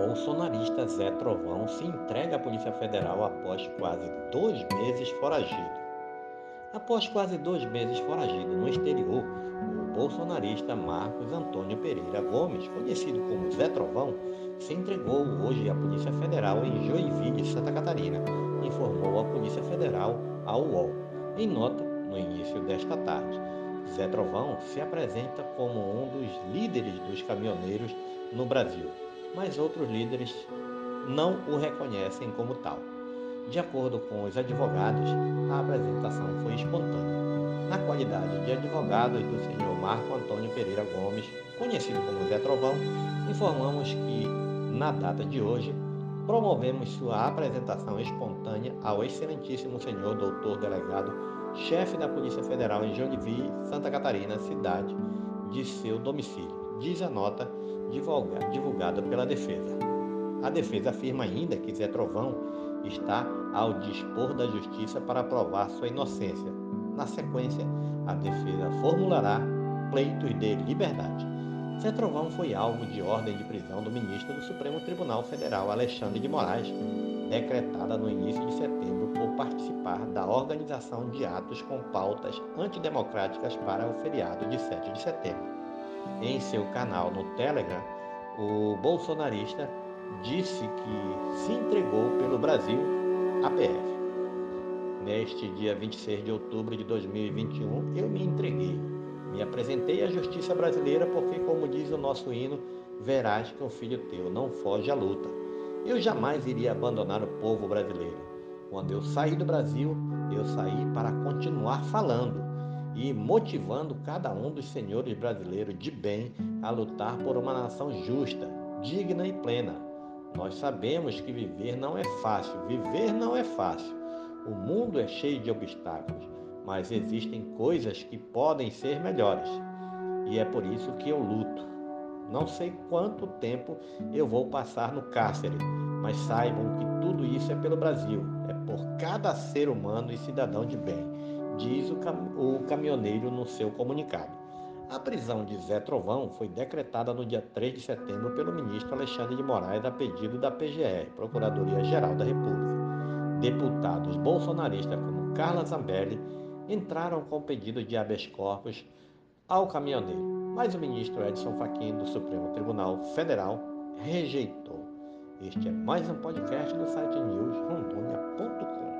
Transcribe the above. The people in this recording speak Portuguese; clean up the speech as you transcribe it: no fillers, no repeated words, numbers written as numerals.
Bolsonarista Zé Trovão se entrega à Polícia Federal após quase 2 meses foragido. Após quase 2 meses foragido no exterior, o bolsonarista Marcos Antônio Pereira Gomes, conhecido como Zé Trovão, se entregou hoje à Polícia Federal em Joinville, Santa Catarina, informou a Polícia Federal ao UOL. Em nota, no início desta tarde, Zé Trovão se apresenta como um dos líderes dos caminhoneiros no Brasil, mas outros líderes não o reconhecem como tal. De acordo com os advogados, a apresentação foi espontânea. Na qualidade de advogados do senhor Marco Antônio Pereira Gomes, conhecido como Zé Trovão, informamos que, na data de hoje, promovemos sua apresentação espontânea ao excelentíssimo senhor doutor delegado, chefe da Polícia Federal em Joinville, Santa Catarina, cidade de seu domicílio, diz a nota divulgada pela defesa. A defesa afirma ainda que Zé Trovão está ao dispor da justiça para provar sua inocência. Na sequência, a defesa formulará pleitos de liberdade. Zé Trovão foi alvo de ordem de prisão do ministro do Supremo Tribunal Federal, Alexandre de Moraes, decretada no início de setembro por participar da organização de atos com pautas antidemocráticas para o feriado de 7 de setembro. Em seu canal no Telegram, o bolsonarista disse que se entregou pelo Brasil à PF. Neste dia 26 de outubro de 2021, eu me entreguei. Me apresentei à justiça brasileira porque, como diz o nosso hino, verás que um filho teu não foge à luta. Eu jamais iria abandonar o povo brasileiro. Quando eu saí do Brasil, eu saí para continuar falando e motivando cada um dos senhores brasileiros de bem a lutar por uma nação justa, digna e plena. Nós sabemos que viver não é fácil, O mundo é cheio de obstáculos, mas existem coisas que podem ser melhores. E é por isso que eu luto. Não sei quanto tempo eu vou passar no cárcere, mas saibam que tudo isso é pelo Brasil, é por cada ser humano e cidadão de bem, diz o caminhoneiro no seu comunicado. A prisão de Zé Trovão foi decretada no dia 3 de setembro pelo ministro Alexandre de Moraes a pedido da PGR, Procuradoria-Geral da República. Deputados bolsonaristas como Carla Zambelli entraram com pedido de habeas corpus ao caminhoneiro, mas o ministro Edson Fachin do Supremo Tribunal Federal rejeitou. Este é mais um podcast do site newsrondônia.com.